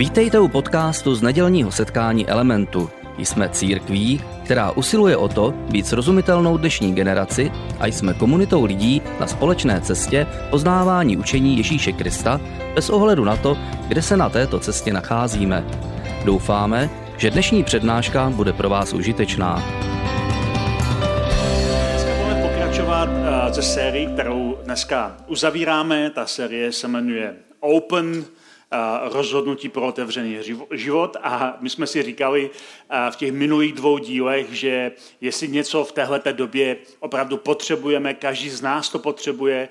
Vítejte u podcastu z nedělního setkání Elementu. Jsme církví, která usiluje o to být srozumitelnou dnešní generaci a jsme komunitou lidí na společné cestě poznávání učení Ježíše Krista bez ohledu na to, kde se na této cestě nacházíme. Doufáme, že dnešní přednáška bude pro vás užitečná. Dneska budeme pokračovat ze sérii, kterou dneska uzavíráme. Ta série se jmenuje Open, rozhodnutí pro otevřený život, a my jsme si říkali v těch minulých 2 dílech, že jestli něco v téhleté době opravdu potřebujeme, každý z nás to potřebuje,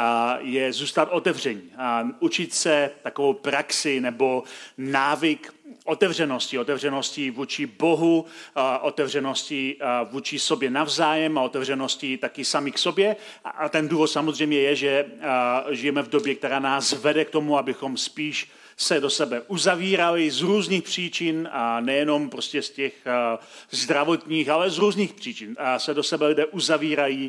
je zůstat otevření. Učit se takovou praxi nebo návyk otevřenosti vůči Bohu, otevřenosti vůči sobě navzájem a otevřenosti taky sami k sobě. A ten důvod samozřejmě je, že žijeme v době, která nás vede k tomu, abychom spíš se do sebe uzavírali z různých příčin, a nejenom prostě z těch zdravotních, ale z různých příčin. Se do sebe lidé uzavírají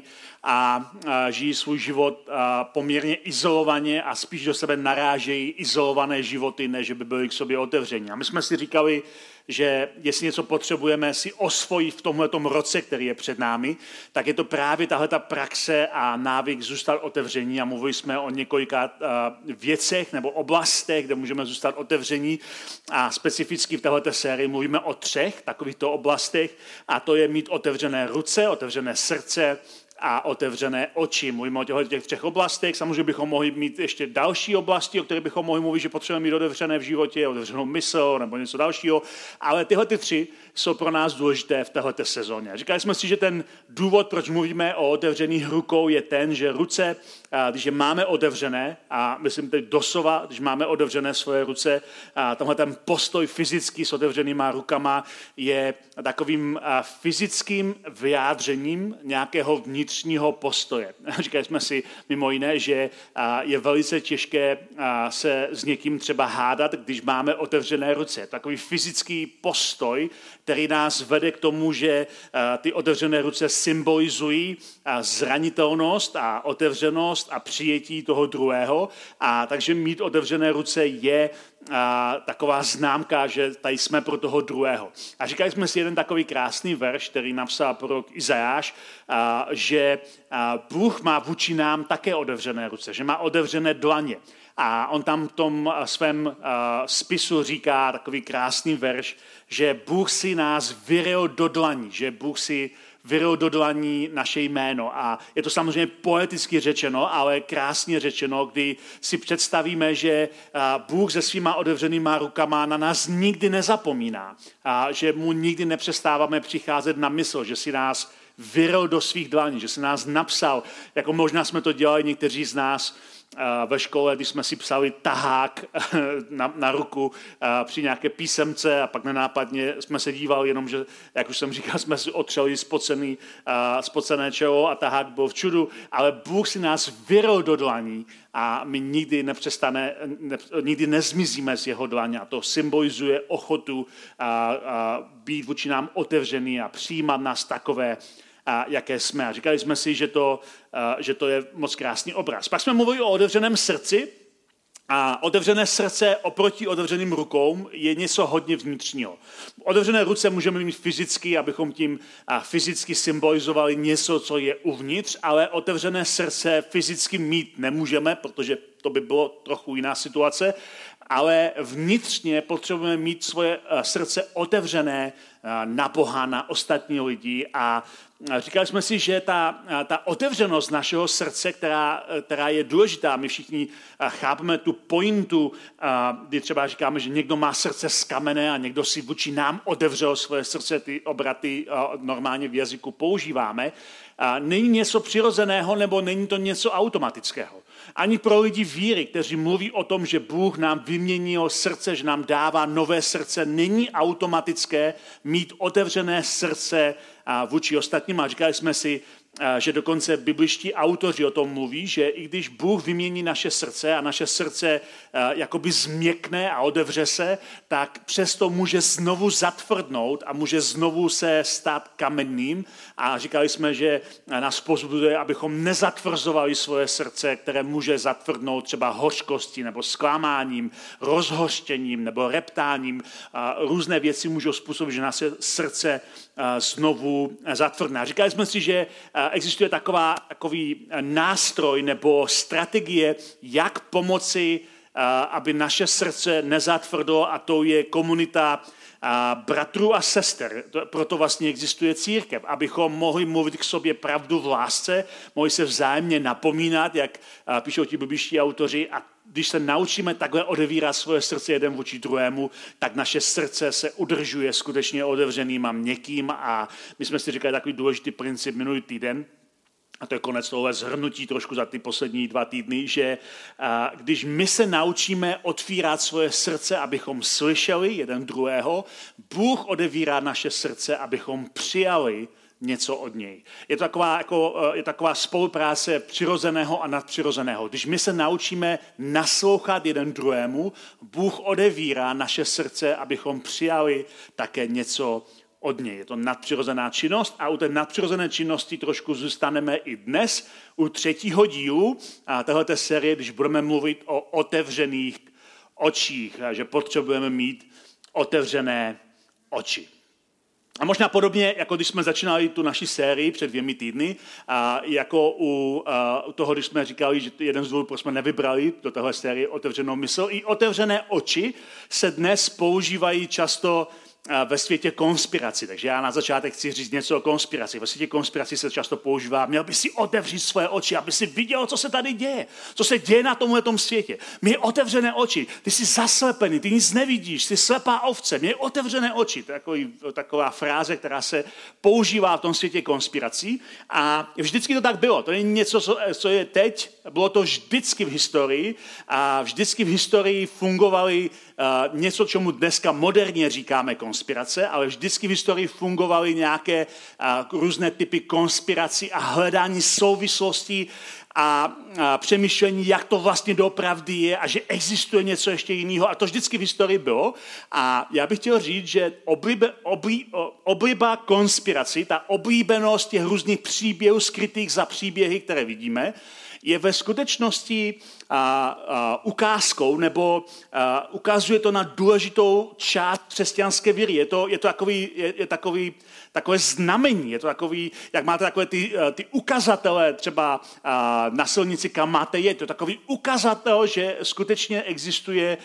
a žijí svůj život poměrně izolovaně a spíš do sebe narážejí izolované životy, než by byli k sobě otevření. A my jsme si říkali, že jestli něco potřebujeme si osvojit v tomhletom roce, který je před námi, tak je to právě tahleta praxe a návyk zůstat otevření. A mluvili jsme o několika věcech nebo oblastech, kde můžeme zůstat otevření. A specificky v téhleté sérii mluvíme o 3 takovýchto oblastech, a to je mít otevřené ruce, otevřené srdce a otevřené oči. Mluvíme o těch 3 oblastech. Samozřejmě bychom mohli mít ještě další oblasti, o kterých bychom mohli mluvit, že potřebujeme mít otevřené v životě, otevřenou mysl nebo něco dalšího, ale tyhle 3 jsou pro nás důležité v téhleté sezóně. Říkali jsme si, že ten důvod, proč mluvíme o otevřených rukou, je ten, že ruce, když je máme otevřené, a myslím teď doslova, když máme otevřené svoje ruce, tenhle ten postoj fyzický s otevřenýma rukama je takovým fyzickým vyjádřením nějakého vnitřního postoje. Říkali jsme si mimo jiné, že je velice těžké se s někým třeba hádat, když máme otevřené ruce. Takový fyzický postoj, který nás vede k tomu, že ty otevřené ruce symbolizují zranitelnost a otevřenost a přijetí toho druhého. A takže mít otevřené ruce je taková známka, že tady jsme pro toho druhého. A říkali jsme si jeden takový krásný verš, který napsal prorok Izajáš, že Bůh má vůči nám také otevřené ruce, že má otevřené dlaně. A on tam v tom svém spisu říká takový krásný verš, že Bůh si nás vyryl do dlaní, že Bůh si vyryl do dlaní naše jméno. A je to samozřejmě poeticky řečeno, ale krásně řečeno, kdy si představíme, že Bůh se svýma otevřenýma rukama na nás nikdy nezapomíná. A že mu nikdy nepřestáváme přicházet na mysl, že si nás vyryl do svých dlaní, že si nás napsal, jako možná jsme to dělali někteří z nás ve škole, když jsme si psali tahák na ruku při nějaké písemce, a pak nenápadně jsme se dívali, jenom že, jak už jsem říkal, jsme si otřeli spocené čelo a tahák byl v čudu, ale Bůh si nás vyryl do dlaní a my nikdy nezmizíme z jeho dlaně, a to symbolizuje ochotu být vůči nám otevřený a přijímat nás takové, jaké jsme. A říkali jsme si, že to je moc krásný obraz. Pak jsme mluvili o otevřeném srdci, a otevřené srdce oproti otevřeným rukou je něco hodně vnitřního. Otevřené ruce můžeme mít fyzicky, abychom tím fyzicky symbolizovali něco, co je uvnitř, ale otevřené srdce fyzicky mít nemůžeme, protože to by bylo trochu jiná situace, ale vnitřně potřebujeme mít svoje srdce otevřené na Boha, na ostatní lidi, a říkali jsme si, že ta otevřenost našeho srdce, která je důležitá, my všichni chápeme tu pointu, kdy třeba říkáme, že někdo má srdce z kamene a někdo si vůči nám otevřel svoje srdce, ty obraty normálně v jazyku používáme, není něco přirozeného nebo není to něco automatického. Ani pro lidi víry, kteří mluví o tom, že Bůh nám vyměnil srdce, že nám dává nové srdce, není automatické mít otevřené srdce vůči ostatním. A říkali jsme si, že dokonce bibličtí autoři o tom mluví, že i když Bůh vymění naše srdce a naše srdce jakoby změkne a otevře se, tak přesto může znovu zatvrdnout a může znovu se stát kamenným. A říkali jsme, že nás povzbuzuje, abychom nezatvrzovali svoje srdce, které může zatvrdnout třeba hořkostí nebo zklamáním, rozhořčením nebo reptáním. Různé věci můžou způsobit, že naše srdce znovu zatvrdne. Říkali jsme si, že existuje takový nástroj nebo strategie, jak pomoci, aby naše srdce nezatvrdlo, a to je komunita bratrů a sester. Proto vlastně existuje církev, abychom mohli mluvit k sobě pravdu v lásce, mohli se vzájemně napomínat, jak píšou ti bibličtí autoři, a když se naučíme takhle odevírat svoje srdce jeden vůči druhému, tak naše srdce se udržuje skutečně otevřeným a měkkým. A my jsme si říkali takový důležitý princip minulý týden, a to je konec tohle shrnutí trošku za ty poslední 2 týdny, že když my se naučíme otvírat svoje srdce, abychom slyšeli jeden druhého, Bůh odevírá naše srdce, abychom přijali něco od něj. Je to taková spolupráce přirozeného a nadpřirozeného. Když my se naučíme naslouchat jeden druhému, Bůh odevírá naše srdce, abychom přijali také něco od něj. Je to nadpřirozená činnost a u té nadpřirozené činnosti trošku zůstaneme i dnes u 3. dílu téhleté série, když budeme mluvit o otevřených očích, že potřebujeme mít otevřené oči. A možná podobně, jako když jsme začínali tu naši sérii před 2 týdny, jako u toho, když jsme říkali, že jeden z důvodů, proč jsme nevybrali do téhle série otevřenou mysl, i otevřené oči se dnes používají často ve světě konspirací. Takže já na začátek chci říct něco o konspiraci. Ve světě konspirací se často používá, měl by si otevřít svoje oči, aby si viděl, co se tady děje. Co se děje na tomhletom světě. Měj otevřené oči. Ty jsi zaslepený, ty nic nevidíš, jsi slepá ovce. Měj otevřené oči. To je taková fráze, která se používá v tom světě konspirací. A vždycky to tak bylo. To není něco, co je teď. Bylo to vždycky v historii. A vždycky v historii fungovaly něco, čemu dneska moderně říkáme konspirace, ale vždycky v historii fungovaly nějaké různé typy konspirací a hledání souvislostí a přemýšlení, jak to vlastně doopravdy je a že existuje něco ještě jiného. A to vždycky v historii bylo. A já bych chtěl říct, že obliba konspirací, ta oblíbenost těch různých příběhů skrytých za příběhy, které vidíme, je ve skutečnosti ukázkou, nebo ukazuje to na důležitou část křesťanské víry. Je to takové znamení, je to takový, jak máte takové ty ukazatele třeba na silnici, kam máte jet, to je takový ukazatel, že skutečně existuje,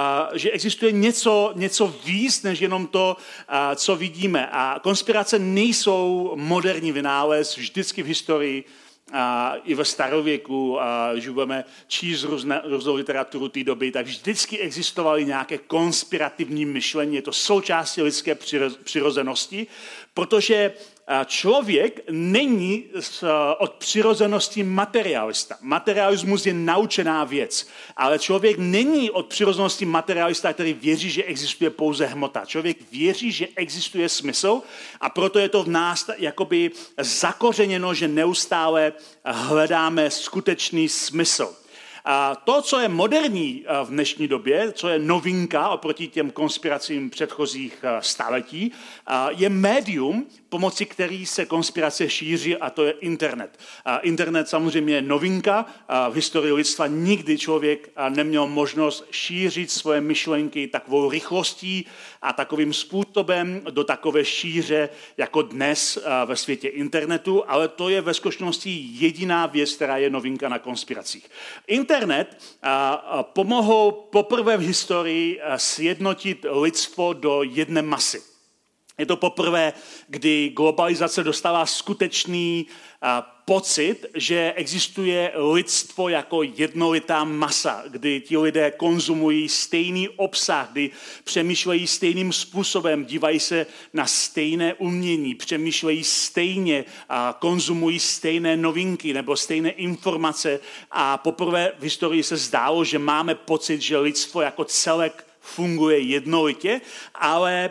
něco víc, než jenom to, co vidíme. A konspirace nejsou moderní vynález, vždycky v historii, i ve starověku, když budeme číst různou literaturu té doby, tak vždycky existovaly nějaké konspirativní myšlení. Je to součástí lidské přirozenosti, protože člověk není od přirozenosti materialista. Materialismus je naučená věc, ale člověk není od přirozenosti materialista, který věří, že existuje pouze hmota. Člověk věří, že existuje smysl, a proto je to v nás jakoby zakořeněno, že neustále hledáme skutečný smysl. A to, co je moderní v dnešní době, co je novinka oproti těm konspiracím předchozích staletí, je médium, pomocí který se konspirace šíří, a to je internet. Internet samozřejmě je novinka. V historii lidstva nikdy člověk neměl možnost šířit svoje myšlenky takovou rychlostí a takovým způsobem do takové šíře jako dnes ve světě internetu, ale to je ve skutečnosti jediná věc, která je novinka na konspiracích. Internet pomohl poprvé v historii sjednotit lidstvo do jedné masy. Je to poprvé, kdy globalizace dostává skutečný pocit, že existuje lidstvo jako jednolitá masa, kdy ti lidé konzumují stejný obsah, kdy přemýšlejí stejným způsobem, dívají se na stejné umění, přemýšlejí stejně, konzumují stejné novinky nebo stejné informace, a poprvé v historii se zdálo, že máme pocit, že lidstvo jako celek funguje jednolitě, ale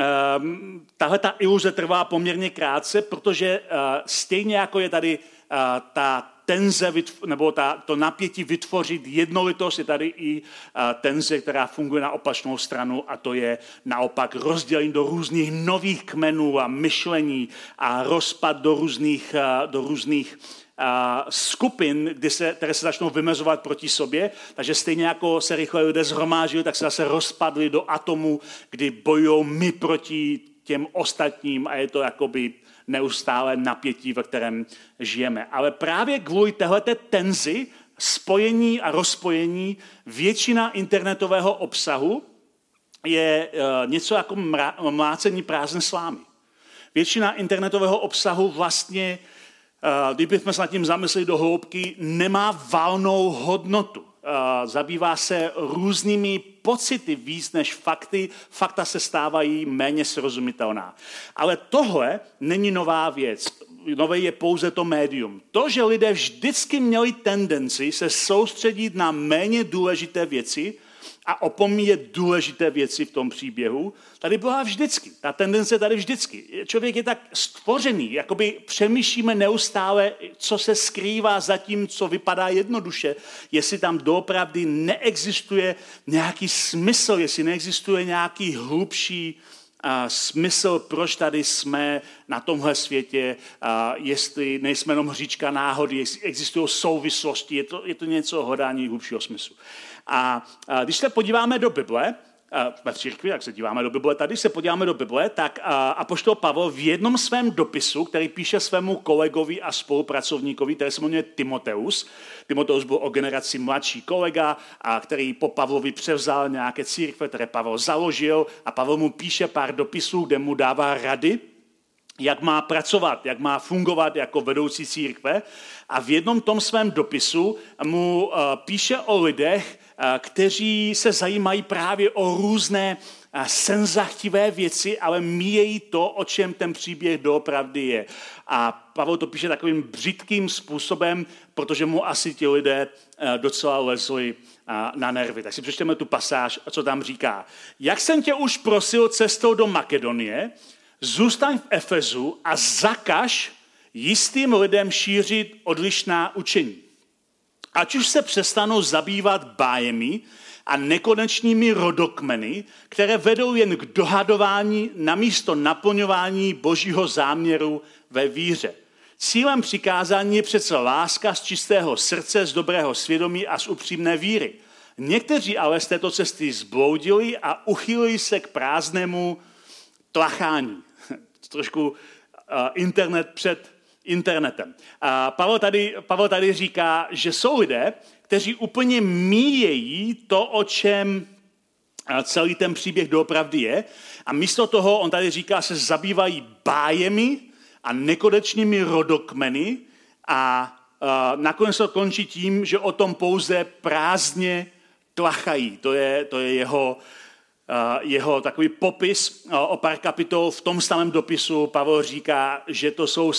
tahle ta iluze trvá poměrně krátce, protože stejně jako je tady ta tenze, nebo to napětí vytvořit jednolitost, je tady i tenze, která funguje na opačnou stranu, a to je naopak rozdělení do různých nových kmenů a myšlení a rozpad do různých skupin, které se začnou vymezovat proti sobě. Takže stejně jako se rychle lidé zhromážili, tak se zase rozpadli do atomů, kdy bojují my proti těm ostatním, a je to jakoby neustále napětí, ve kterém žijeme. Ale právě kvůli téhleté tenzi, spojení a rozpojení, většina internetového obsahu je něco jako mlácení prázdné slámy. Většina internetového obsahu vlastně, kdybychom se nad tím zamysleli do hloubky, nemá valnou hodnotu. Zabývá se různými pocity víc než fakty. Fakta se stávají méně srozumitelná. Ale tohle není nová věc. Nové je pouze to médium. To, že lidé vždycky měli tendenci se soustředit na méně důležité věci a opomíjet důležité věci v tom příběhu, tady byla vždycky. Ta tendence tady vždycky. Člověk je tak stvořený, jakoby přemýšlíme neustále, co se skrývá za tím, co vypadá jednoduše, jestli tam doopravdy neexistuje nějaký smysl, jestli neexistuje nějaký hlubší smysl, proč tady jsme na tomhle světě, jestli nejsme jenom hříčka náhody, jestli existují souvislosti, je to něco hledání hlubšího smyslu. A když se podíváme do Bible, v církvi, jak se díváme do Bible, tady se podíváme do Bible, tak apoštol Pavel v jednom svém dopisu, který píše svému kolegovi a spolupracovníkovi, který se jmenuje Timoteus. Timoteus byl o generaci mladší kolega, který po Pavlovi převzal nějaké církve, které Pavel založil, a Pavel mu píše pár dopisů, kde mu dává rady, jak má pracovat, jak má fungovat jako vedoucí církve. A v jednom tom svém dopisu mu píše o lidech, kteří se zajímají právě o různé senzachtivé věci, ale míjejí to, o čem ten příběh doopravdy je. A Pavel to píše takovým břitkým způsobem, protože mu asi ti lidé docela lezli na nervy. Tak si přečteme tu pasáž, co tam říká. Jak jsem tě už prosil cestou do Makedonie, zůstaň v Efezu a zakaž jistým lidem šířit odlišná učení. Ať už se přestanou zabývat bájemi a nekonečnými rodokmeny, které vedou jen k dohadování namísto naplňování Božího záměru ve víře. Cílem přikázání je přece láska z čistého srdce, z dobrého svědomí a z upřímné víry. Někteří ale z této cesty zbloudili a uchýlili se k prázdnému tlachání. Trošku internet před internetem. Pavel tady říká, že jsou lidé, kteří úplně míjejí to, o čem celý ten příběh doopravdy je, a místo toho, on tady říká, se zabývají bájemi a nekonečnými rodokmeny a nakonec to končí tím, že o tom pouze prázdně tlachají. To je jeho takový popis. O pár kapitol v tom samém dopisu Pavel říká, že to jsou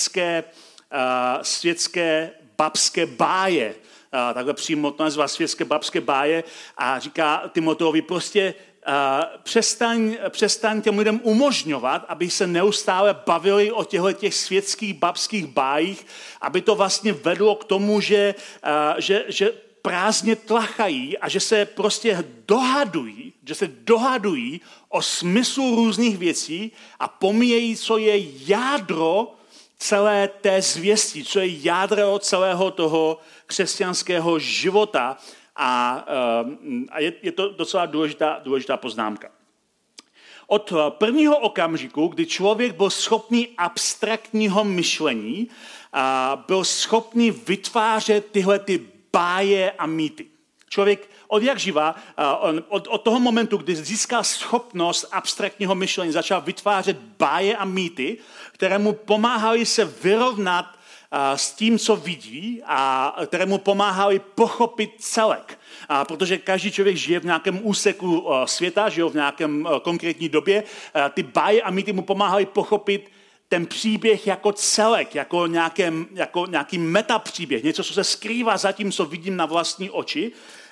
světské babské báje. Takhle přímo to nazývá světské babské báje a říká Timoteovi, prostě přestaň těm lidem umožňovat, aby se neustále bavili o těch světských babských bájích, aby to vlastně vedlo k tomu, že prázdně tlachají a že se prostě dohadují o smyslu různých věcí a pomíjejí, co je jádro celé té zvěstí, co je jádro celého toho křesťanského života, a je to docela důležitá poznámka. Od prvního okamžiku, kdy člověk byl schopný abstraktního myšlení, byl schopný vytvářet tyhle ty báje a mýty. Člověk od jak živa, od toho momentu, kdy získal schopnost abstraktního myšlení, začal vytvářet báje a mýty, které mu pomáhaly se vyrovnat s tím, co vidí, a které mu pomáhaly pochopit celek. Protože každý člověk žije v nějakém úseku světa, žije v nějakém konkrétní době. Ty báje a mýty mu pomáhaly pochopit ten příběh jako celek, jako nějaký metapříběh, něco, co se skrývá za tím, co vidím na vlastní oči.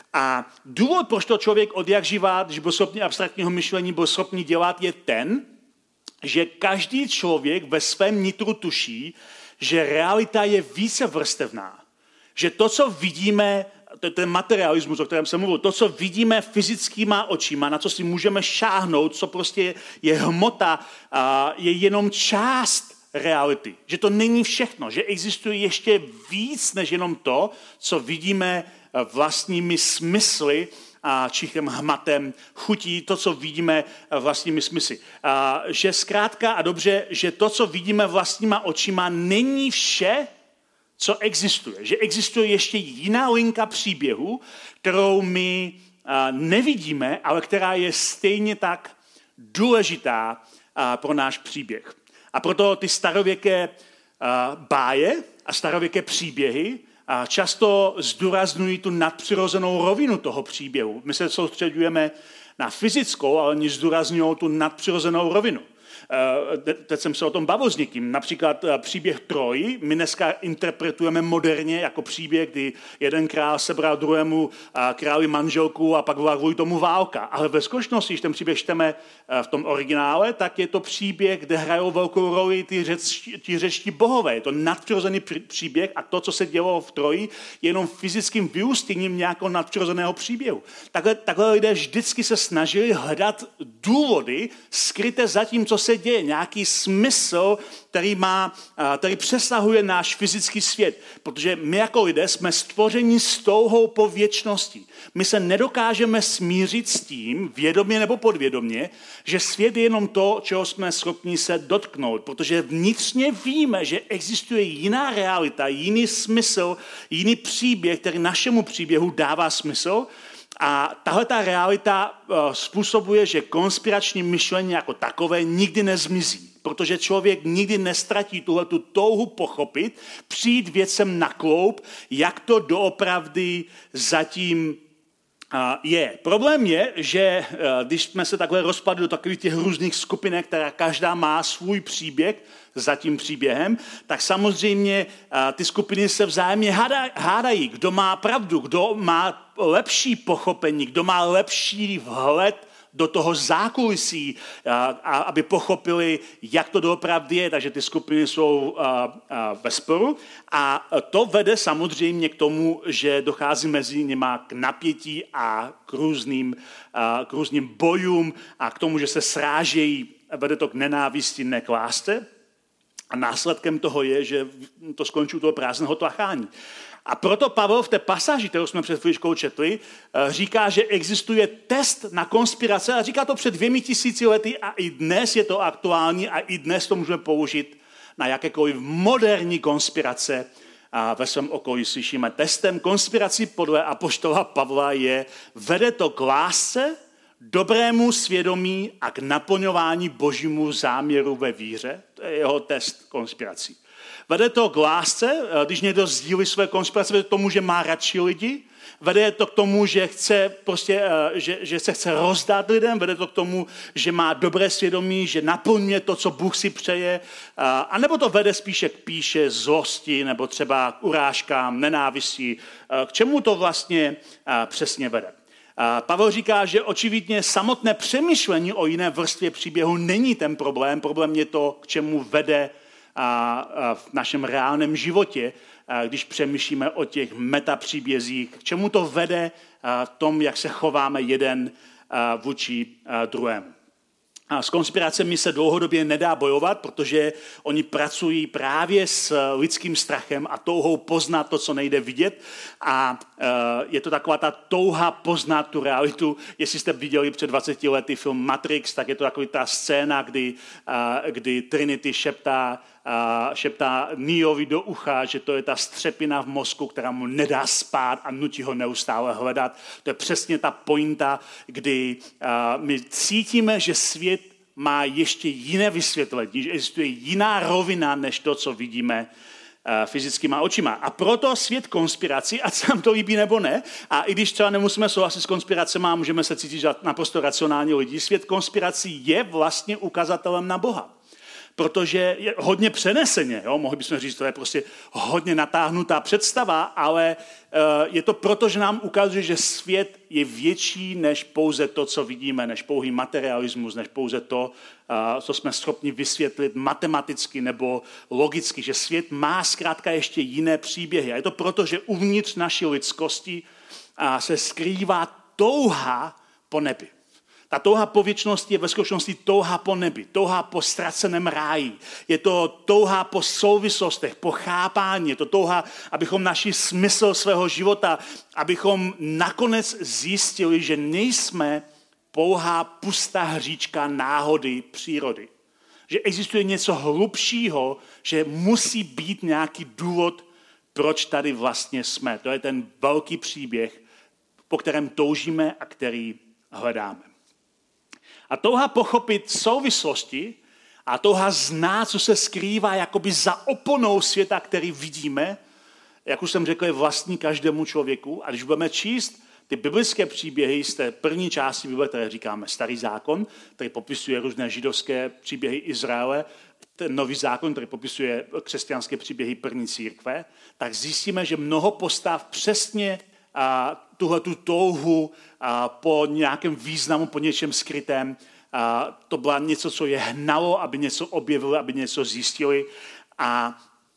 A důvod, proč to člověk od jak živá, když byl schopný abstraktního myšlení, byl schopný dělat, je ten, že každý člověk ve svém nitru tuší, že realita je více vrstevná. Že to, co vidíme, to je ten materialismus, o kterém jsem mluvil, to, co vidíme fyzickýma očima, na co si můžeme šáhnout, co prostě je hmota, je jenom část reality. Že to není všechno, že existuje ještě víc než jenom to, co vidíme vlastními smysly, čichem, hmatem, chutí, to, co vidíme vlastními smysly. Že zkrátka a dobře, že to, co vidíme vlastníma očima, není vše, co existuje. Že existuje ještě jiná linka příběhu, kterou my nevidíme, ale která je stejně tak důležitá pro náš příběh. A proto ty starověké báje a starověké příběhy často zdůrazňují tu nadpřirozenou rovinu toho příběhu. My se soustředujeme na fyzickou, ale oni zdůrazňují tu nadpřirozenou rovinu. Teď jsem se o tom bavil s někým. Například příběh Troji my dneska interpretujeme moderně jako příběh, kdy jeden král sebral druhému králi manželku a pak byla kvůli tomu válka. Ale ve skutečnosti, když ten příběh čteme v tom originále, tak je to příběh, kde hrajou velkou roli ty řečtí bohové. Je to nadpřirozený příběh a to, co se dělo v Troji, je jenom fyzickým vyústěním nějakého nadpřirozeného příběhu. Takhle lidé vždycky se snažili hledat důvody skryté za tím, co se děje, nějaký smysl, který přesahuje náš fyzický svět. Protože my jako lidé jsme stvořeni s touhou po věčnosti. My se nedokážeme smířit s tím, vědomě nebo podvědomě, že svět je jenom to, čeho jsme schopni se dotknout. Protože vnitřně víme, že existuje jiná realita, jiný smysl, jiný příběh, který našemu příběhu dává smysl. A tahle ta realita způsobuje, že konspirační myšlení jako takové nikdy nezmizí. Protože člověk nikdy nestratí tuhletu touhu pochopit, přijít věcem na kloub, jak to doopravdy zatím je. Problém je, že když jsme se takhle rozpadli do takových těch různých skupinek, která každá má svůj příběh za tím příběhem, tak samozřejmě ty skupiny se vzájemně hádají. Kdo má pravdu, kdo má lepší pochopení, kdo má lepší vhled do toho zákulisí, aby pochopili, jak to doopravdy je. Takže ty skupiny jsou ve sporu. A to vede samozřejmě k tomu, že dochází mezi nimi k napětí a k různým bojům a k tomu, že se srážejí. Vede to k nenávisti, ne k lásce. A následkem toho je, že to skončí u toho prázdného tlachání. A proto Pavel v té pasáži, kterou jsme před chvíličkou četli, říká, že existuje test na konspirace a říká to před 2000 lety a i dnes je to aktuální a i dnes to můžeme použít na jakékoliv moderní konspirace a ve svém okolí slyšíme. Testem konspirací podle apoštola Pavla vede to k lásce, dobrému svědomí a k naplňování božímu záměru ve víře. To je jeho test konspirací. Vede to k lásce, když někdo sdílí své konspirace, vede to k tomu, že má radši lidi, vede to k tomu, že se chce rozdat lidem, vede to k tomu, že má dobré svědomí, že naplňuje to, co Bůh si přeje, anebo to vede spíše k píše zlosti, nebo třeba k urážkám, nenávisti. K čemu to vlastně přesně vede? Pavel říká, že očividně samotné přemýšlení o jiné vrstvě příběhu není ten problém. Problém je to, k čemu vede v našem reálném životě, když přemýšlíme o těch metapříbězích, k čemu to vede v tom, jak se chováme jeden vůči druhému. A s konspiracemi se dlouhodobě nedá bojovat, protože oni pracují právě s lidským strachem a touhou poznat to, co nejde vidět. A je to taková ta touha poznat tu realitu. Jestli jste viděli před 20 lety film Matrix, tak je to taková ta scéna, kdy Trinity šeptá Neovi do ucha, že to je ta střepina v mozku, která mu nedá spát a nutí ho neustále hledat. To je přesně ta pointa, kdy my cítíme, že svět má ještě jiné vysvětlení, že existuje jiná rovina, než to, co vidíme fyzickýma očima. A proto svět konspirací, ať se nám to líbí nebo ne, a i když třeba nemusíme souhlasit s konspiracemi a můžeme se cítit naprosto racionální lidi, svět konspirací je vlastně ukazatelem na Boha. protože je hodně přeneseně. Jo? Mohli bychom říct, to je prostě hodně natáhnutá představa, ale je to proto, že nám ukazuje, že svět je větší než pouze to, co vidíme, než pouhý materialismus, než pouze to, co jsme schopni vysvětlit matematicky nebo logicky, že svět má zkrátka ještě jiné příběhy. A je to proto, že uvnitř naší lidskosti se skrývá touha po nebi. Ta touha po věčnosti je ve skutečnosti touha po nebi, touha po ztraceném ráji. Je to touha po souvislostech, po chápání, je to touha, abychom našli smysl svého života, abychom nakonec zjistili, že nejsme pouhá pustá hříčka náhody přírody. Že existuje něco hlubšího, že musí být nějaký důvod, proč tady vlastně jsme. To je ten velký příběh, po kterém toužíme a který hledáme. A touha pochopit souvislosti a touha znát, co se skrývá jakoby za oponou světa, který vidíme, jak už jsem řekl, je vlastní každému člověku. A když budeme číst ty biblické příběhy z té první části Bible, které říkáme Starý zákon, který popisuje různé židovské příběhy Izraele, ten Nový zákon, který popisuje křesťanské příběhy první církve, tak zjistíme, že mnoho postav přesně tuhletu touhu po nějakém významu, po něčem skrytém. To byla něco, co je hnalo, aby něco objevili, aby něco zjistili. A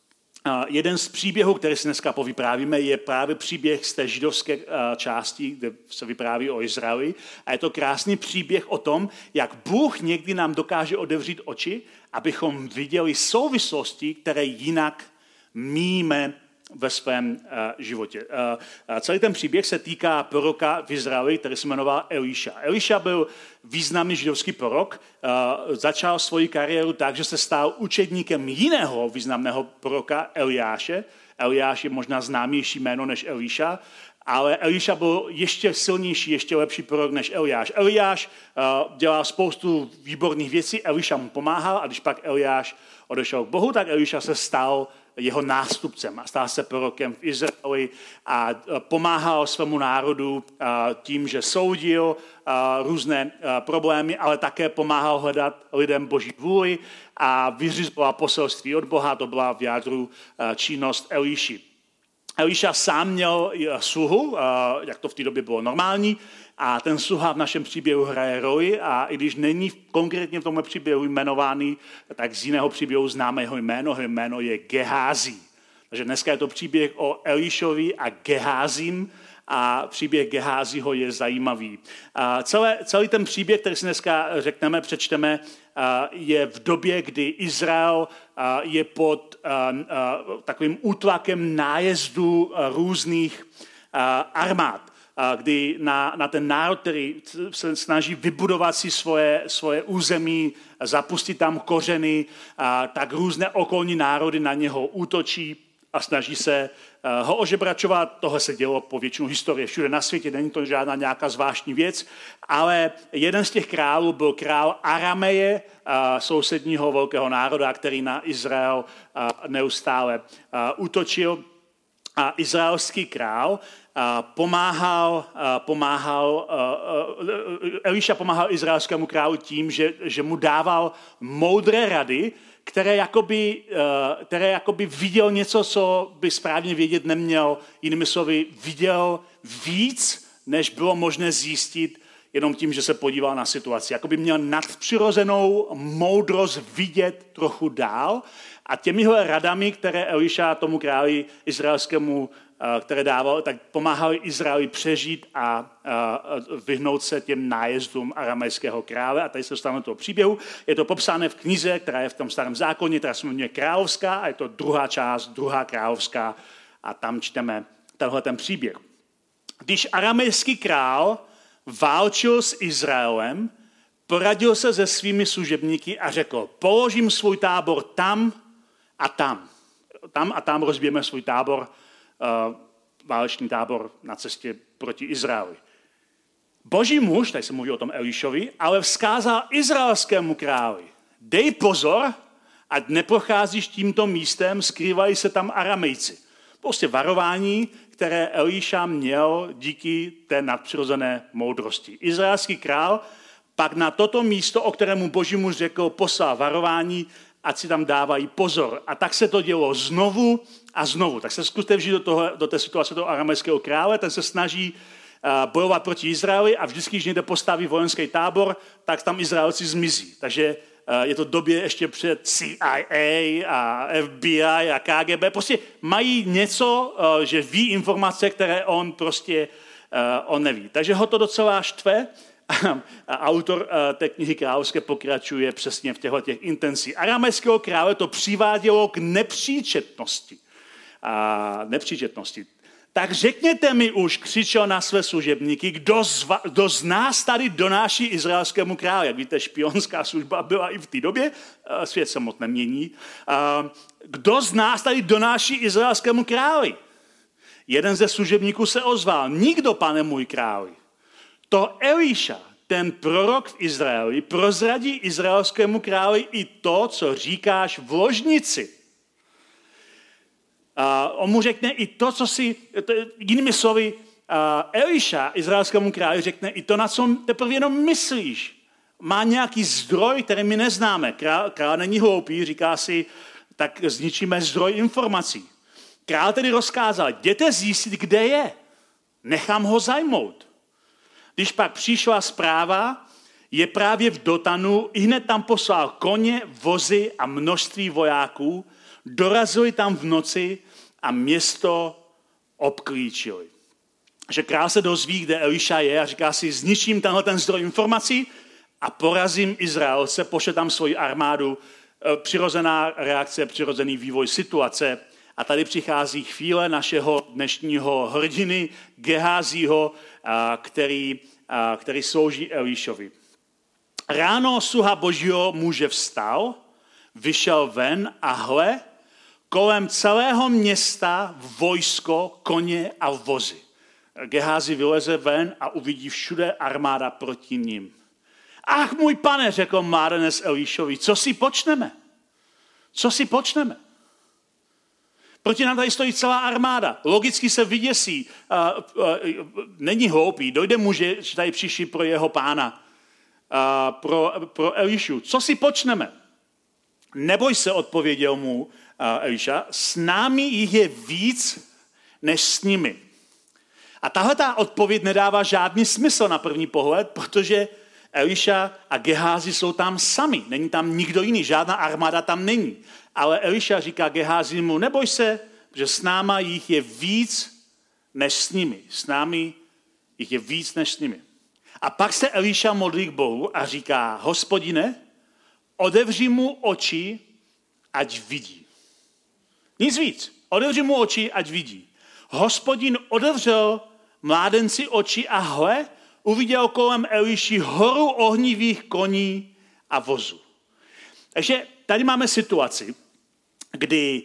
jeden z příběhů, který si dneska povyprávíme, je právě příběh z té židovské části, kde se vypráví o Izraeli. A je to krásný příběh o tom, jak Bůh někdy nám dokáže otevřít oči, abychom viděli souvislosti, které jinak míme ve svém životě. Celý ten příběh se týká proroka v Izraeli, který se jmenoval Eliša. Eliša byl významný židovský prorok, začal svoji kariéru tak, že se stal učedníkem jiného významného proroka Eliáše. Eliáš je možná známější jméno než Eliša, ale Eliša byl ještě silnější, ještě lepší prorok než Eliáš. Eliáš dělal spoustu výborných věcí, Eliša mu pomáhal a když pak Eliáš odešel k Bohu, tak Eliša se stal jeho nástupcem a stal se prorokem v Izraeli a pomáhal svému národu tím, že soudil různé problémy, ale také pomáhal hledat lidem Boží vůli a vyřizoval poselství od Boha, to byla v jádru činnost Eliši. Eliša sám měl sluhu, jak to v té době bylo normální, a ten sluha v našem příběhu hraje roli a i když není konkrétně v tomhle příběhu jmenovaný, tak z jiného příběhu známe jeho jméno je Geházi. Takže dneska je to příběh o Elišovi a Geházim a příběh Geháziho je zajímavý. Celý ten příběh, který si dneska přečteme, je v době, kdy Izrael je pod takovým útlakem nájezdu různých armád, kdy na ten národ, který se snaží vybudovat si svoje území, zapustit tam kořeny, tak různé okolní národy na něho útočí a snaží se ho ožebračovat. Tohle se dělo po většinu historie všude na světě, není to žádná nějaká zvláštní věc, ale jeden z těch králů byl král Arameje, sousedního velkého národa, který na Izrael neustále útočil. A izraelský král Eliša pomáhal izraelskému králi tím, že mu dával moudré rady, které jakoby viděl něco, co by správně vědět neměl. Jinými slovy, viděl víc, než bylo možné zjistit jenom tím, že se podíval na situaci. Jakoby měl nadpřirozenou moudrost vidět trochu dál a těmihle radami, které Eliša tomu králi izraelskému, které dával, tak pomáhali Izraeli přežít a vyhnout se těm nájezdům aramejského krále. A tady se dostaneme do toho příběhu. Je to popsáno v knize, která je v tom Starém zákoně, která se jmenuje Královská a je to druhá část, druhá Královská a tam čteme tenhle ten příběh. Když aramejský král válčil s Izraelem, poradil se se svými služebníky a řekl, položím svůj tábor tam a tam. Tam a tam rozbijeme svůj tábor, válečný tábor na cestě proti Izraeli. Boží muž, tady se mluví o tom Elišovi, ale vzkázal izraelskému králi, dej pozor, ať neprocházíš tímto místem, skrývají se tam Aramejci. Prostě varování, které Eliša měl díky té nadpřirozené moudrosti. Izraelský král pak na toto místo, o kterému Boží muž řekl, poslal varování ať si tam dávají pozor. A tak se to dělo znovu a znovu. Tak se zkuste vžít do té situace toho aramejského krále, ten se snaží bojovat proti Izraeli a vždycky, když někde postaví vojenský tábor, tak tam Izraelci zmizí. Takže je to době ještě před CIA a FBI a KGB. Prostě mají něco, že ví informace, které on neví. Takže ho to docela štve. A autor té knihy královské pokračuje přesně v těchto intencích. Aramejského krále to přivádělo k nepříčetnosti. Tak řekněte mi už, křičel na své služebníky, kdo z nás tady donáší izraelskému králi. Jak víte, špionská služba byla i v té době, svět se moc nemění. Kdo z nás tady donáší izraelskému králi? Jeden ze služebníků se ozval, nikdo, pane můj králi. To Eliša, ten prorok v Izraeli, prozradí izraelskému králi i to, co říkáš v ložnici. On mu řekne i to, co si, jinými slovy, Eliša izraelskému králi řekne i to, na co teprve jenom myslíš. Má nějaký zdroj, který my neznáme. Král není hloupý, říká si, tak zničíme zdroj informací. Král tedy rozkázal, jděte zjistit, kde je. Nechám ho zajmout. Když pak přišla zpráva, je právě v Dotanu, ihned tam poslal koně, vozy a množství vojáků, dorazili tam v noci a město obklíčili. Že král se dozví, kde Eliša je a říká si, zničím tenhle ten zdroj informací a porazím Izraelce, pošle tam svoji armádu, přirozená reakce, přirozený vývoj situace. A tady přichází chvíle našeho dnešního hrdiny Geházího, který slouží Elišovi. Ráno sluha Božího muže vstal, vyšel ven a hle, kolem celého města vojsko, koně a vozy. Geházi vyleze ven a uvidí všude armáda proti ním. Ach, můj pane, řekl mládenec Elišovi, co si počneme? Co si počneme? Proti nám tady stojí celá armáda. Logicky se vyděsí. Není hloupý. Dojde mu, že tady přišli pro jeho pána. Pro Elišu. Co si počneme? Neboj se, odpověděl mu Eliša. S námi jich je víc, než s nimi. A tahle ta odpověď nedává žádný smysl na první pohled, protože Eliša a Geházi jsou tam sami. Není tam nikdo jiný. Žádná armáda tam není. Ale Eliša říká Geházimu, neboj se, že s náma jich je víc, než s nimi. S námi jich je víc, než s nimi. A pak se Eliša modlí k Bohu a říká, Hospodine, otevři mu oči, ať vidí. Nic víc. Otevři mu oči, ať vidí. Hospodin otevřel mládenci oči a hle, uviděl kolem Eliši horu ohnivých koní a vozů. Takže tady máme situaci, kdy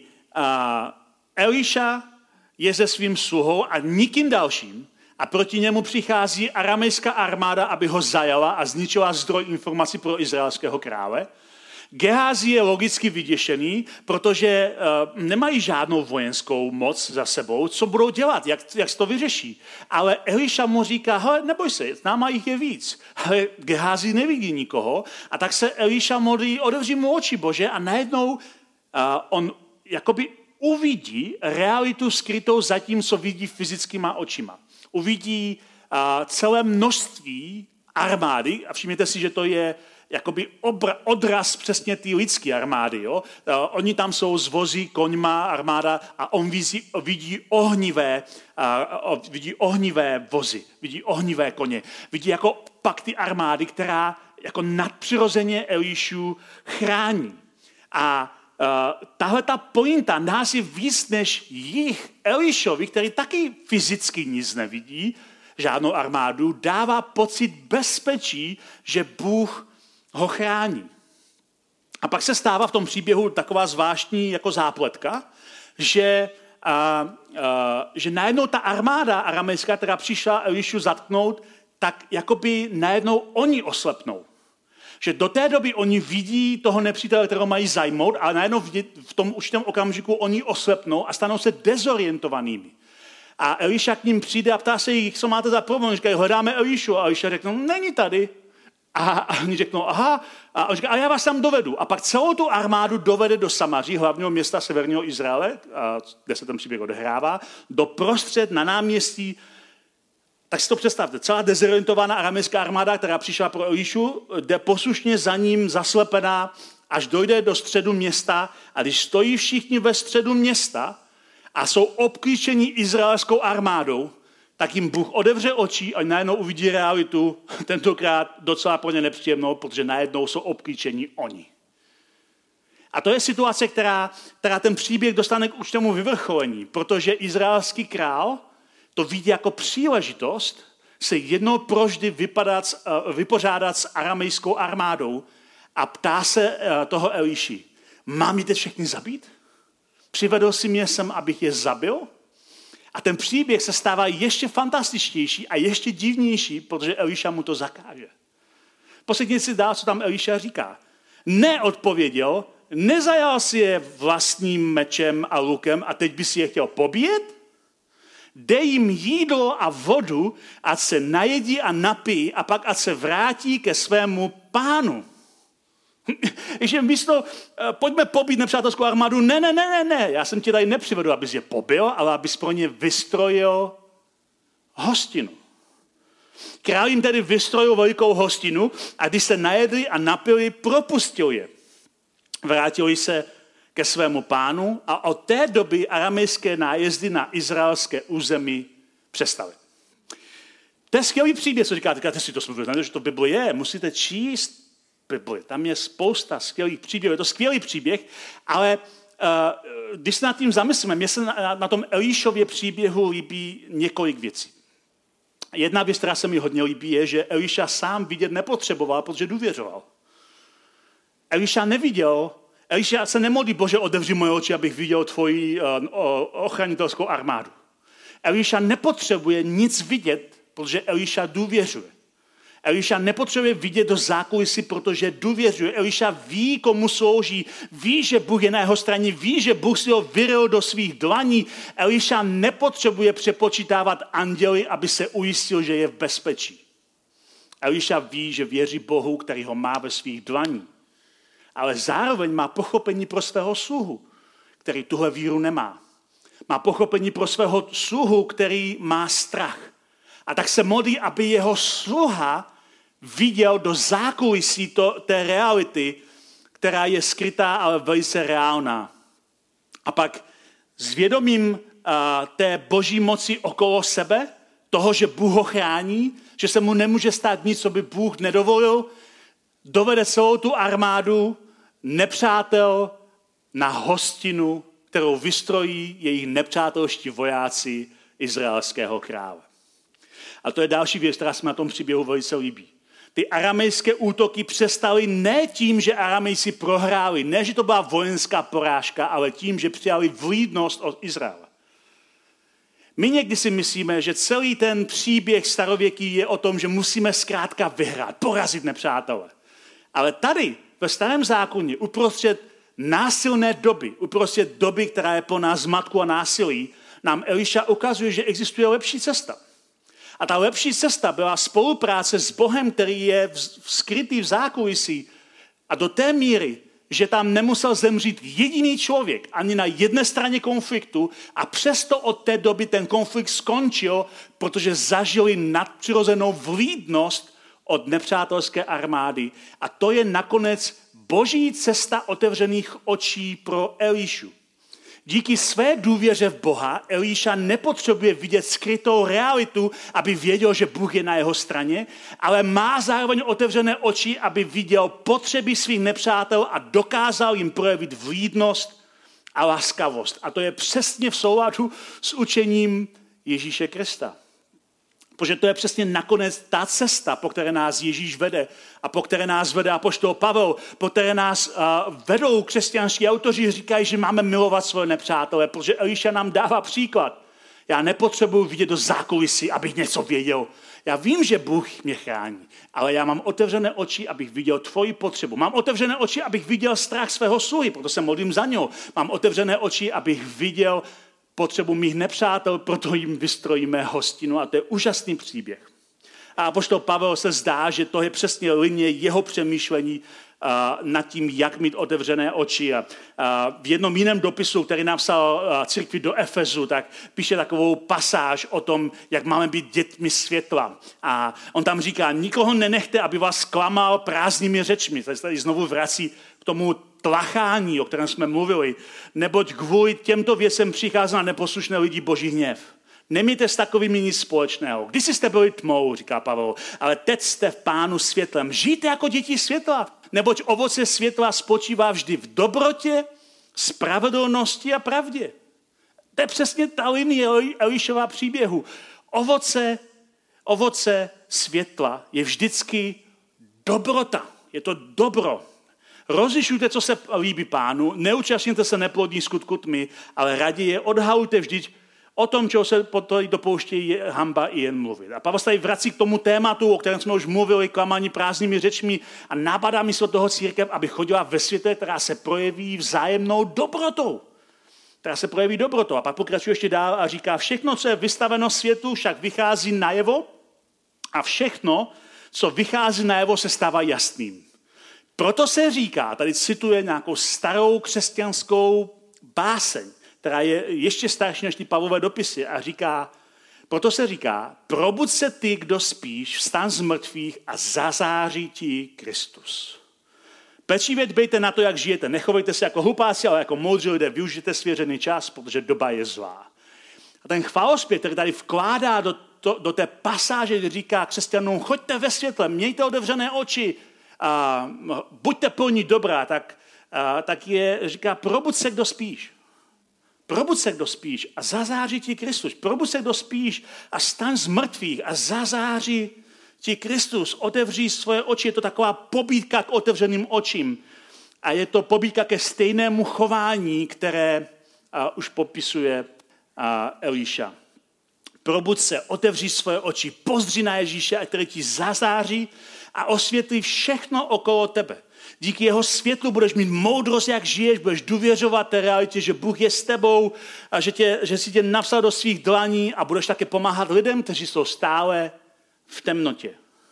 Eliša je se svým sluhou a nikým dalším a proti němu přichází aramejská armáda, aby ho zajala a zničila zdroj informací pro izraelského krále. Geházi je logicky vyděšený, protože nemají žádnou vojenskou moc za sebou. Co budou dělat? Jak se to vyřeší? Ale Eliša mu říká, hele, neboj se, s náma jich je víc. Ale Geházi nevidí nikoho a tak se Eliša modlí, otevři mu oči, Bože, a najednou on jakoby uvidí realitu skrytou za tím, co vidí fyzickýma očima. Uvidí celé množství armády a všimněte si, že to je jakoby odraz přesně té lidské armády. Jo? Oni tam jsou s vozy, koňma armáda a on vidí ohnivé vozy, vidí ohnivé koně. Vidí jako pak ty armády, která jako nadpřirozeně Elišu chrání. A tahle ta pointa nás je víc než jich Elišovi, který taky fyzicky nic nevidí, žádnou armádu, dává pocit bezpečí, že Bůh ho chrání. A pak se stává v tom příběhu taková zvláštní jako zápletka, že najednou ta armáda aramejská, která přišla Elišu zatknout, tak jakoby najednou oni oslepnou. Že do té doby oni vidí toho nepřítele, kterého mají zajmout, ale najednou v tom určitém okamžiku oni oslepnou a stanou se dezorientovanými. A Eliša k ním přijde a ptá se jich, co máte za problém. Říkají, hledáme Elišu. A Eliša řekne, není tady. A oni řeknou, aha, a on říká, a já vás tam dovedu. A pak celou tu armádu dovede do Samaří, hlavního města severního Izraele, kde se ten příběh odehrává, doprostřed na náměstí. Tak si to představte, celá dezorientovaná aramejská armáda, která přišla pro Elišu, jde poslušně za ním zaslepená, až dojde do středu města, a když stojí všichni ve středu města a jsou obklíčeni izraelskou armádou, tak jim Bůh otevře oči a najednou uvidí realitu, tentokrát docela pro ně nepříjemnou, protože najednou jsou obklíčeni oni. A to je situace, která ten příběh dostane k určitému vyvrcholení, protože izraelský král to vidí jako příležitost se jednou provždy vypořádat s aramejskou armádou a ptá se toho Eliši, mám je teď všechny zabít? Přivedl si mě sem, abych je zabil? A ten příběh se stává ještě fantastičtější a ještě divnější, protože Eliša mu to zakáže. Poslechněte si dál, co tam Eliša říká. Neodpověděl, nezajal si je vlastním mečem a lukem a teď by si je chtěl pobít? Dej jim jídlo a vodu, ať se najedí a napijí a pak ať se vrátí ke svému pánu. Takže místo, pojďme pobít nepřátelskou armádu, ne, já jsem tě tady nepřivedl, abys je pobil, ale abys pro ně vystrojil hostinu. Král jim tedy vystrojil velikou hostinu a když se najedli a napili, propustil je. Vrátili se ke svému pánu a od té doby aramejské nájezdy na izraelské území přestaly. To je skvělý příběh, co říkáte si to smluvili, že to Bible je, musíte číst Bibli. Tam je spousta skvělých příběhů, je to skvělý příběh, ale když se nad tím zamyslíme, mně se na tom Elišově příběhu líbí několik věcí. Jedna věc, která se mi hodně líbí, je, že Eliša sám vidět nepotřeboval, protože důvěřoval. Eliša se nemodlí, Bože, otevři moje oči, abych viděl tvoji ochranitelskou armádu. Eliša nepotřebuje nic vidět, protože Eliša důvěřuje. Eliša nepotřebuje vidět do zákulisí, protože důvěřuje. Eliša ví, komu slouží, ví, že Bůh je na jeho straně, ví, že Bůh si ho vyril do svých dlaní. Eliša nepotřebuje přepočítávat anděly, aby se ujistil, že je v bezpečí. Eliša ví, že věří Bohu, který ho má ve svých dlaní. Ale zároveň má pochopení pro svého sluhu, který tuhle víru nemá. Má pochopení pro svého sluhu, který má strach. A tak se modlí, aby jeho sluha viděl do zákulisí té reality, která je skrytá, ale velice reálná. A pak s vědomím té boží moci okolo sebe, toho, že Bůh ho chrání, že se mu nemůže stát nic, co by Bůh nedovolil, dovede celou tu armádu nepřátel na hostinu, kterou vystrojí jejich nepřátelští vojáci izraelského krále. A to je další věc, která se na tom příběhu velice líbí. Ty aramejské útoky přestaly ne tím, že Aramejci prohráli, ne, že to byla vojenská porážka, ale tím, že přijali vlídnost od Izraele. My někdy si myslíme, že celý ten příběh starověký je o tom, že musíme zkrátka vyhrát, porazit nepřátele. Ale tady, ve Starém zákoně, uprostřed násilné doby, uprostřed doby, která je plná zmatku a násilí, nám Eliša ukazuje, že existuje lepší cesta. A ta lepší cesta byla spolupráce s Bohem, který je skrytý v zákulisí a do té míry, že tam nemusel zemřít jediný člověk ani na jedné straně konfliktu a přesto od té doby ten konflikt skončil, protože zažili nadpřirozenou vlídnost od nepřátelské armády. A to je nakonec boží cesta otevřených očí pro Elišu. Díky své důvěře v Boha Eliša nepotřebuje vidět skrytou realitu, aby věděl, že Bůh je na jeho straně, ale má zároveň otevřené oči, aby viděl potřeby svých nepřátel a dokázal jim projevit vlídnost a laskavost. A to je přesně v souladu s učením Ježíše Krista. Protože to je přesně nakonec ta cesta, po které nás Ježíš vede a po které nás vede apoštol Pavel, po které nás vedou křesťanští autoři, říkají, že máme milovat svoje nepřátele, protože Eliša nám dává příklad. Já nepotřebuji vidět do zákulisí, abych něco věděl. Já vím, že Bůh mě chrání, ale já mám otevřené oči, abych viděl tvoji potřebu. Mám otevřené oči, abych viděl strach svého sluhy, proto se modlím za něho. Mám otevřené oči, abych viděl potřebu mých nepřátel, proto jim vystrojíme hostinu a to je úžasný příběh. A apoštol Pavel se zdá, že to je přesně linie jeho přemýšlení nad tím, jak mít otevřené oči. A v jednom jiném dopisu, který napsal církvi do Efezu, tak píše takovou pasáž o tom, jak máme být dětmi světla. A on tam říká, nikoho nenechte, aby vás zklamal prázdnými řečmi. Tady znovu vrací k tomu tlachání, o kterém jsme mluvili. Neboť kvůli těmto věcem přichází na neposlušné lidi Boží hněv. Nemějte s takovými nic společného. Když jste byli tmou, říká Pavel, ale teď jste v Pánu světlem. Žijte jako děti světla, neboť ovoce světla spočívá vždy v dobrotě, spravedlnosti a pravdě. To je přesně ta linie Elišova příběhu. Ovoce světla je vždycky dobrota. Je to dobro. Rozlišujte, co se líbí Pánu, neúčastněte se neplodní skutku tmy, ale raději je odhalujte vždyť. O tom, čeho se potom dopouštějí, je hanba i jen mluvit. A Pavel se tady vrací k tomu tématu, o kterém jsme už mluvili, klamání prázdnými řečmi a nabádá místo toho církev, aby chodila ve světě, která se projeví vzájemnou dobrotou. A pak pokračuje ještě dál a říká, všechno, co je vystaveno světu, však vychází najevo a všechno, co vychází najevo, se stává jasným. Proto se říká, tady cituje nějakou starou křesťanskou báseň, která je ještě starší než ty Pavlové dopisy a říká, proto se říká, probud se ty, kdo spíš, vstaň z mrtvých a zazáří ti Kristus. Pečlivě dbejte na to, jak žijete. Nechovejte se jako hlupáci, ale jako moudří lidé. Využijte svěřený čas, protože doba je zlá. A ten chválospěv, který tady vkládá do té pasáže, kde říká křesťanům, choďte ve světle, mějte otevřené oči, a buďte plní dobrá, tak říká, probud se, kdo spíš. Probud se, kdo spíš a zazáří ti Kristus. Probud se, kdo spíš a staň z mrtvých a zazáří ti Kristus. Otevří svoje oči. Je to taková pobídka k otevřeným očím. A je to pobídka ke stejnému chování, které už popisuje Eliša. Probud se, otevří svoje oči, pozdři na Ježíše, který ti zazáří a osvětlí všechno okolo tebe. Díky jeho světlu budeš mít moudrost, jak žiješ, budeš důvěřovat té realitě, že Bůh je s tebou a že si tě napsal do svých dlaní a budeš také pomáhat lidem, kteří jsou stále v temnotě.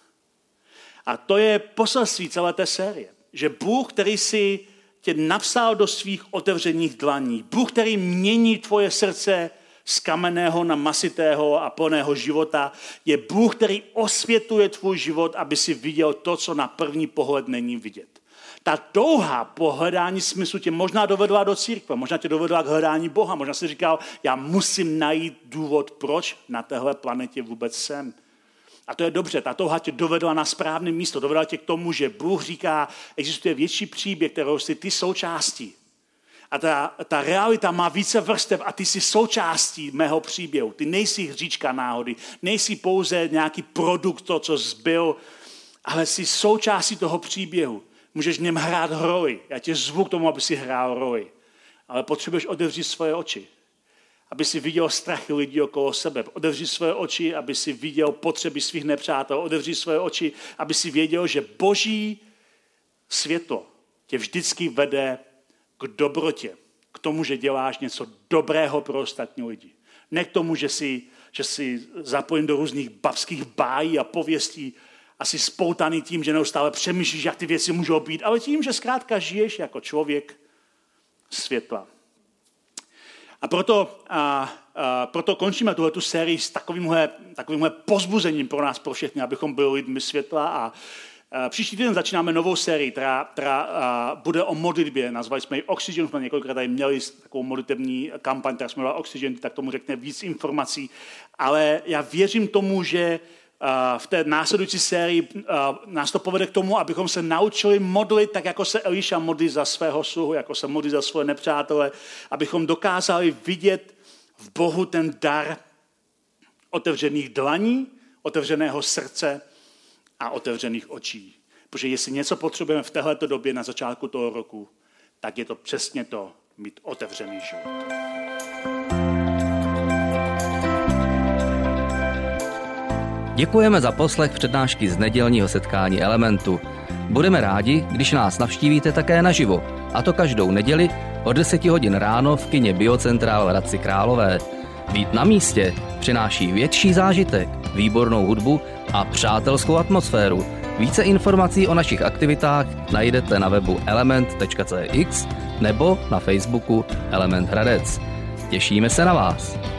A to je poselství celé té série, že Bůh, který si tě napsal do svých otevřených dlaní, Bůh, který mění tvoje srdce z kamenného na masitého a plného života, je Bůh, který osvětluje tvůj život, aby si viděl to, co na první pohled není vidět. Ta touha po hledání smyslu tě možná dovedla do církve, možná tě dovedla k hledání Boha, možná si říkal, já musím najít důvod, proč na téhle planetě vůbec jsem. A to je dobře, ta touha tě dovedla na správné místo, dovedla tě k tomu, že Bůh říká, existuje větší příběh, kterou jsi ty součástí. A ta realita má více vrstev a ty jsi součástí mého příběhu. Ty nejsi hříčka náhody, nejsi pouze nějaký produkt, to, co zbyl, ale jsi součástí toho příběhu. Můžeš v něm hrát roli. Já tě zvu k tomu, aby si hrál roli. Ale potřebuješ otevřít svoje oči, aby si viděl strachy lidí okolo sebe. Otevřít svoje oči, aby si viděl potřeby svých nepřátel. Otevřít svoje oči, aby si věděl, že Boží světlo tě vždycky vede k dobrotě. K tomu, že děláš něco dobrého pro ostatní lidi. Ne k tomu, že jsi zapojen do různých babských bájí a pověstí a jsi spoutaný tím, že neustále přemýšlíš, jak ty věci můžou být, ale tím, že zkrátka žiješ jako člověk světla. A proto končíme tuhletu sérii s takovýmhle pozbuzením pro nás, pro všechny, abychom byli lidmi světla. A příští týden začínáme novou sérii, která bude o modlitbě. Nazvali jsme ji Oxygen, jsme několikrát tady měli takovou modlitební kampaň, která jsme měla Oxygen, tak tomu řekne víc informací. Ale já věřím tomu, že v té následující sérii nás to povede k tomu, abychom se naučili modlit, tak jako se Eliša modlí za svého sluhu, jako se modlí za svoje nepřátele, abychom dokázali vidět v Bohu ten dar otevřených dlaní, otevřeného srdce a otevřených očí. Protože jestli něco potřebujeme v této době na začátku toho roku, tak je to přesně to, mít otevřený život. Děkujeme za poslech přednášky z nedělního setkání Elementu. Budeme rádi, když nás navštívíte také naživo, a to každou neděli od 10 hodin ráno v kině Biocentrál v Hradci Králové. Být na místě přináší větší zážitek, výbornou hudbu a přátelskou atmosféru. Více informací o našich aktivitách najdete na webu element.cx nebo na Facebooku Element Hradec. Těšíme se na vás.